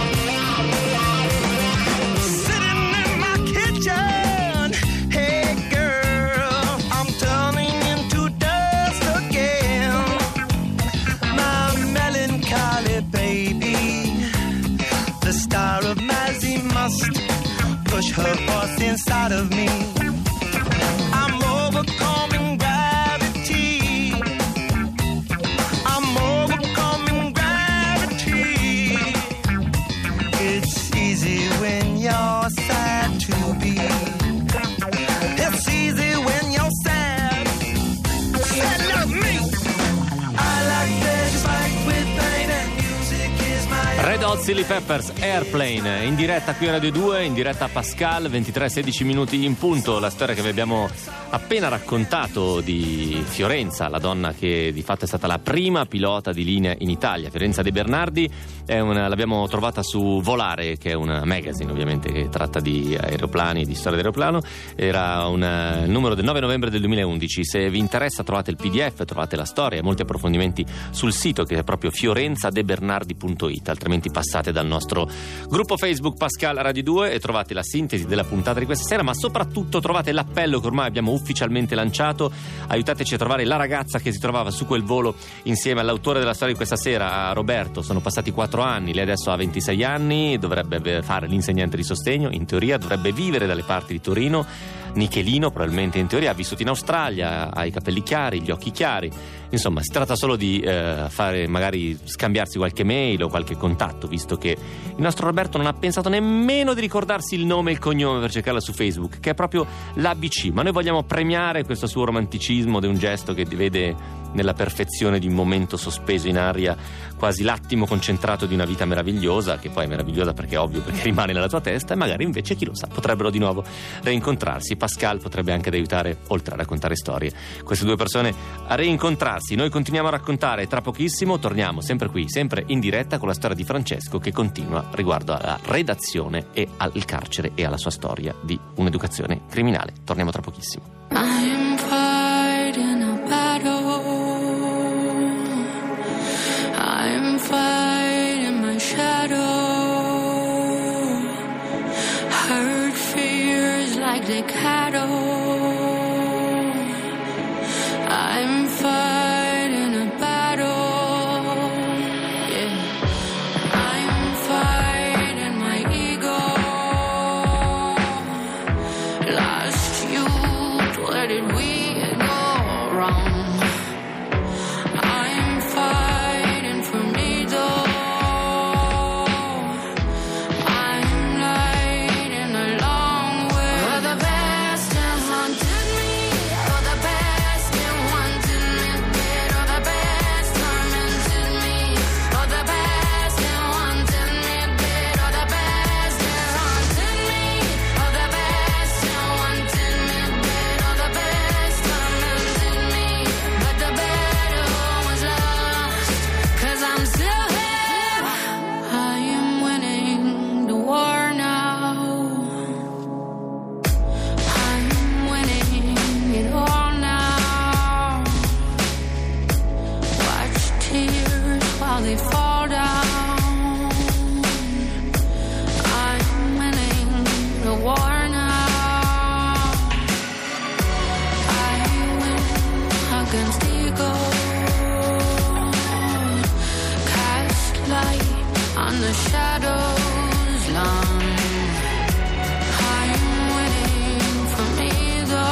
Sitting in my kitchen, hey girl, I'm turning into dust push her force inside of me. I'm overcoming gravity. I'm overcoming gravity. It's easy when you're sad to be. It's easy when you're sad. Sad love me. I like things like with pain and music is my Red Hot Chili Peppers, Airplane, in diretta qui a Radio due, in diretta a Pascal, ventitré sedici minuti in punto. La storia che vi abbiamo appena raccontato di Fiorenza, la donna che di fatto è stata la prima pilota di linea in Italia. Fiorenza De Bernardi è una, l'abbiamo trovata su Volare, che è una magazine ovviamente che tratta di aeroplani, di storia dell'aeroplano. Era un numero del nove novembre del duemilaundici. Se vi interessa trovate il P D F, trovate la storia e molti approfondimenti sul sito, che è proprio fiorenza de bernardi punto it. Altrimenti passate dal nostro gruppo Facebook Pascal Radio due e trovate la sintesi della puntata di questa sera, ma soprattutto trovate l'appello che ormai abbiamo ufficialmente lanciato. Aiutateci a trovare la ragazza che si trovava su quel volo insieme all'autore della storia di questa sera, a Roberto. Sono passati quattro anni, lei adesso ha ventisei anni, dovrebbe fare l'insegnante di sostegno, in teoria dovrebbe vivere dalle parti di Torino. Nichelino, probabilmente in teoria, ha vissuto in Australia, ha i capelli chiari, gli occhi chiari. Insomma, si tratta solo di eh, fare, magari scambiarsi qualche mail o qualche contatto, visto che il nostro Roberto non ha pensato nemmeno di ricordarsi il nome e il cognome per cercarla su Facebook, che è proprio l'A B C. Ma noi vogliamo premiare questo suo romanticismo di un gesto che vede nella perfezione di un momento sospeso in aria, quasi l'attimo concentrato di una vita meravigliosa, che poi è meravigliosa perché è ovvio, perché rimane nella tua testa, e magari invece, chi lo sa, potrebbero di nuovo reincontrarsi. Pascal potrebbe anche aiutare, oltre a raccontare storie, queste due persone a reincontrarsi. Noi continuiamo a raccontare e tra pochissimo torniamo sempre qui, sempre in diretta, con la storia di Francesco, che continua riguardo alla redazione e al carcere e alla sua storia di un'educazione criminale. Torniamo tra pochissimo. I'm fighting a battle. I'm fighting my shadow. Hurt fears like the cattle. I'm fighting a battle. Yeah. I'm fighting my ego. Last youth, where did we go wrong? I'm fighting for neither. I'm lighting a long way. For the best that haunted me, for the best that wanted me dead, for the best tormented me, for the best that wanted me dead, for the best that haunted me, for the best that wanted me dead, for the best tormented me, but the battle was lost, 'cause I'm still here. I am winning the war now. I'm winning it all now. Watch tears while they fall down. I'm winning the war now. I win against ego. Cast light on the shadows long. I'm winning from either.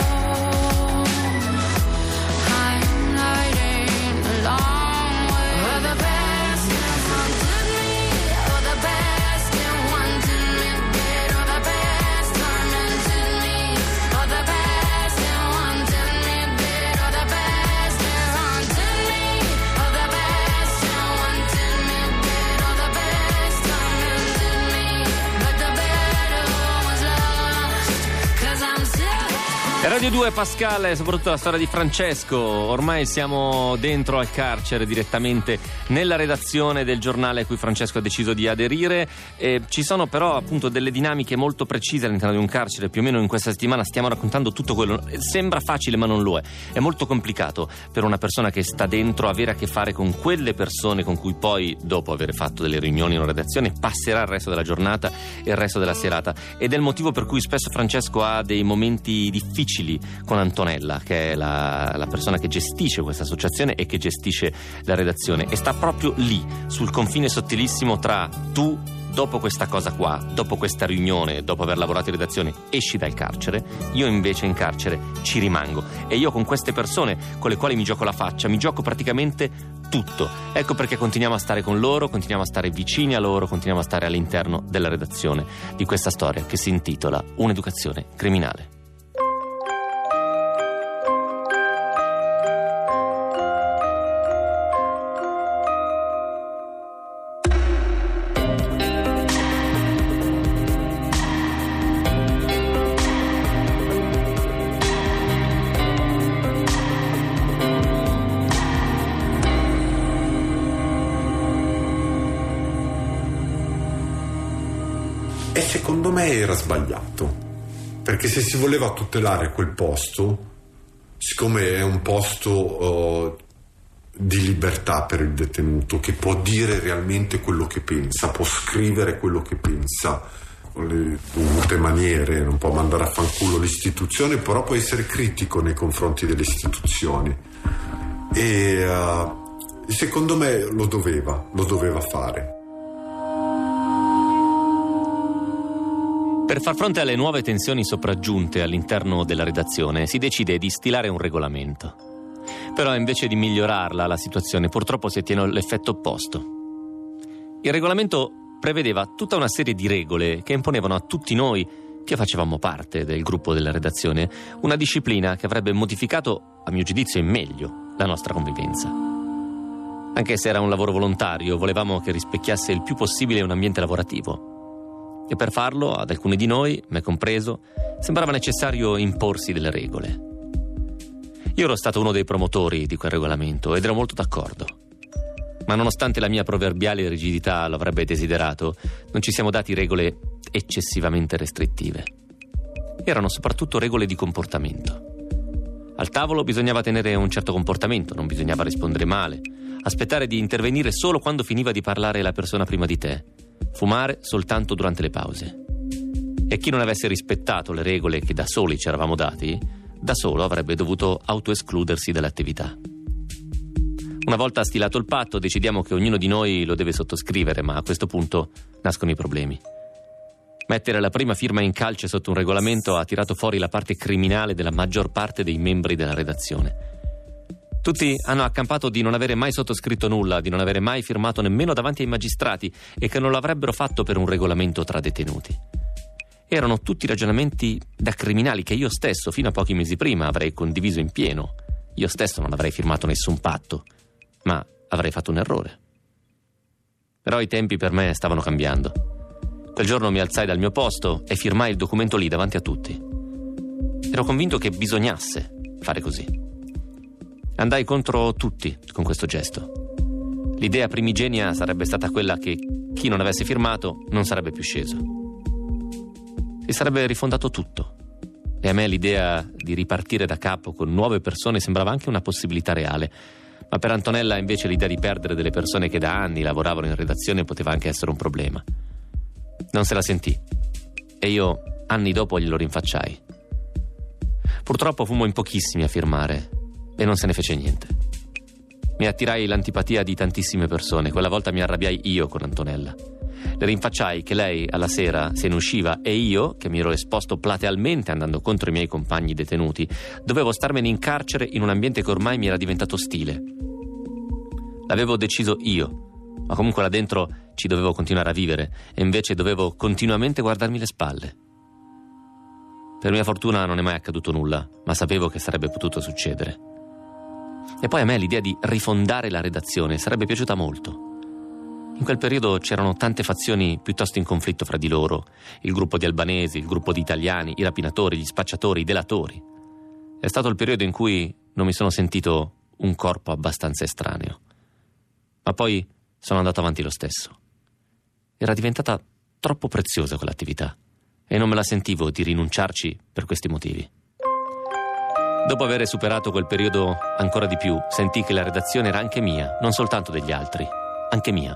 I'm lighting a long way. For the best that haunted me, for the best that wanted me dead, for the best tormented me, for the best that wanted me dead, for the best that haunted me, for the best that wanted me dead, for the best tormented me, but the battle was lost, 'cause I'm still here. Radio due, Pascal, e soprattutto la storia di Francesco. Ormai siamo dentro al carcere, direttamente nella redazione del giornale a cui Francesco ha deciso di aderire. E ci sono però appunto delle dinamiche molto precise all'interno di un carcere. Più o meno in questa settimana stiamo raccontando tutto quello. Sembra facile ma non lo è. È molto complicato per una persona che sta dentro avere a che fare con quelle persone con cui poi, dopo aver fatto delle riunioni in redazione, passerà il resto della giornata e il resto della serata. Ed è il motivo per cui spesso Francesco ha dei momenti difficili con Antonella, che è la, la persona che gestisce questa associazione e che gestisce la redazione, e sta proprio lì, sul confine sottilissimo tra tu dopo questa cosa qua, dopo questa riunione, dopo aver lavorato in redazione, esci dal carcere, io invece in carcere ci rimango. E io con queste persone con le quali mi gioco la faccia, mi gioco praticamente tutto. Ecco perché continuiamo a stare con loro, continuiamo a stare vicini a loro, continuiamo a stare all'interno della redazione di questa storia che si intitola Un'educazione criminale. E secondo me era sbagliato, perché se si voleva tutelare quel posto, siccome è un posto uh, di libertà per il detenuto, che può dire realmente quello che pensa, può scrivere quello che pensa con le dovute maniere, non può mandare a fanculo l'istituzione, però può essere critico nei confronti delle istituzioni, e uh, secondo me lo doveva, lo doveva fare. Per far fronte alle nuove tensioni sopraggiunte all'interno della redazione si decide di stilare un regolamento. Però invece di migliorarla la situazione purtroppo si ottiene l'effetto opposto. Il regolamento prevedeva tutta una serie di regole che imponevano a tutti noi che facevamo parte del gruppo della redazione una disciplina che avrebbe modificato, a mio giudizio in meglio, la nostra convivenza. Anche se era un lavoro volontario, volevamo che rispecchiasse il più possibile un ambiente lavorativo. E per farlo, ad alcuni di noi, me compreso, sembrava necessario imporsi delle regole. Io ero stato uno dei promotori di quel regolamento ed ero molto d'accordo. Ma nonostante la mia proverbiale rigidità lo avrebbe desiderato, non ci siamo dati regole eccessivamente restrittive. Erano soprattutto regole di comportamento. Al tavolo bisognava tenere un certo comportamento, non bisognava rispondere male, aspettare di intervenire solo quando finiva di parlare la persona prima di te, fumare soltanto durante le pause. E chi non avesse rispettato le regole che da soli ci eravamo dati, da solo avrebbe dovuto autoescludersi dall'attività. Una volta stilato il patto, decidiamo che ognuno di noi lo deve sottoscrivere, ma a questo punto nascono i problemi. Mettere la prima firma in calce sotto un regolamento ha tirato fuori la parte criminale della maggior parte dei membri della redazione. Tutti hanno accampato di non avere mai sottoscritto nulla, di non avere mai firmato nemmeno davanti ai magistrati e che non l'avrebbero fatto per un regolamento tra detenuti. Erano tutti ragionamenti da criminali che io stesso, fino a pochi mesi prima, avrei condiviso in pieno. Io stesso non avrei firmato nessun patto, ma avrei fatto un errore. Però i tempi per me stavano cambiando. Quel giorno mi alzai dal mio posto e firmai il documento lì davanti a tutti. Ero convinto che bisognasse fare così. Andai contro tutti con questo gesto. L'idea primigenia sarebbe stata quella che chi non avesse firmato non sarebbe più sceso. Si sarebbe rifondato tutto. E a me l'idea di ripartire da capo con nuove persone sembrava anche una possibilità reale. Ma per Antonella invece l'idea di perdere delle persone che da anni lavoravano in redazione poteva anche essere un problema. Non se la sentì. E io, anni dopo, glielo rinfacciai. Purtroppo fummo in pochissimi a firmare e non se ne fece niente. Mi attirai l'antipatia di tantissime persone. Quella volta mi arrabbiai io con Antonella. Le rinfacciai che lei alla sera se ne usciva e io, che mi ero esposto platealmente andando contro i miei compagni detenuti, dovevo starmene in carcere in un ambiente che ormai mi era diventato ostile. L'avevo deciso io, ma comunque là dentro ci dovevo continuare a vivere e invece dovevo continuamente guardarmi le spalle. Per mia fortuna non è mai accaduto nulla, ma sapevo che sarebbe potuto succedere. E poi a me l'idea di rifondare la redazione sarebbe piaciuta molto. In quel periodo c'erano tante fazioni piuttosto in conflitto fra di loro, il gruppo di albanesi, il gruppo di italiani, i rapinatori, gli spacciatori, i delatori. È stato il periodo in cui non mi sono sentito un corpo abbastanza estraneo. Ma poi sono andato avanti lo stesso. Era diventata troppo preziosa quell'attività e non me la sentivo di rinunciarci per questi motivi. Dopo aver superato quel periodo ancora di più, sentii che la redazione era anche mia, non soltanto degli altri, anche mia.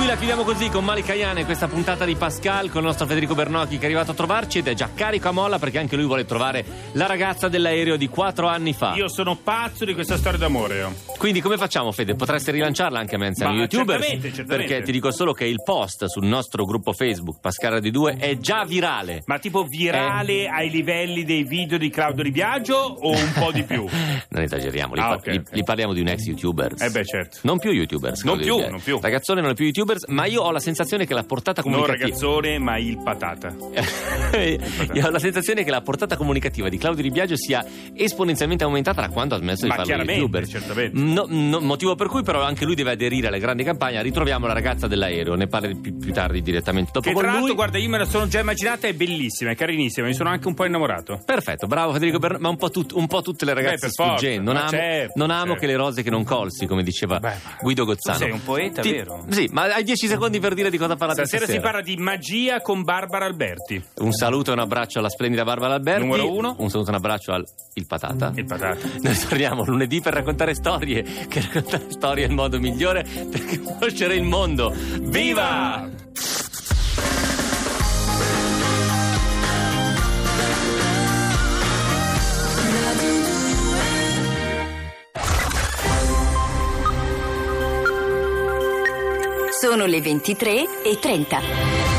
la chiudiamo così con Malika Ayane, questa puntata di Pascal con il nostro Federico Bernocchi che è arrivato a trovarci ed è già carico a molla perché anche lui vuole trovare la ragazza dell'aereo di quattro anni fa. Io sono pazzo di questa storia d'amore. Io. Quindi come facciamo, Fede? Potresti rilanciarla anche a me insieme Ma YouTubers? certamente, certamente. Perché ti dico solo che il post sul nostro gruppo Facebook Pascal Radio due è già virale. Ma tipo virale Eh. ai livelli dei video di Claudio Di Biagio o un po' di più? Non esageriamo, li, Ah, pa- ok, li- ok. li parliamo di un ex YouTuber. Eh beh, certo. Non più YouTubers. Non Claudio più, Di non Biagio. più. Ragazzone non è più YouTubers, ma io ho la sensazione che la portata Non comunicativa... ragazzone, ma il patata. Io ho la sensazione che la portata comunicativa di Claudio Di Biagio sia esponenzialmente aumentata da quando ha smesso Ma di fare chiaramente, YouTuber. certamente. No, no, motivo per cui però anche lui deve aderire alle grandi campagne. Ritroviamo la ragazza dell'aereo, ne parli più, più tardi direttamente dopo Che con tra l'altro, lui. guarda, io me la sono già immaginata, è bellissima, è carinissima, mi sono anche un po' innamorato. Perfetto, bravo Federico Bern- ma un po', tut- un po' tutte le ragazze Beh, per forza, sfuggendo. Non ma amo, certo, non amo certo. che le rose che non colsi, come diceva Beh, ma- Guido Gozzano. Tu sei un poeta, Ti- vero? Sì, ma hai dieci secondi per dire di cosa parlate Stasera stasera. si parla di magia con Barbara Alberti. Un saluto e un abbraccio alla splendida Barbara Alberti. Numero uno. Un saluto e un abbraccio al il Patata. Il patata. Noi torniamo lunedì per raccontare storie, che raccontare storie è il modo migliore per conoscere il mondo. Viva! Sono le ventitré e trenta.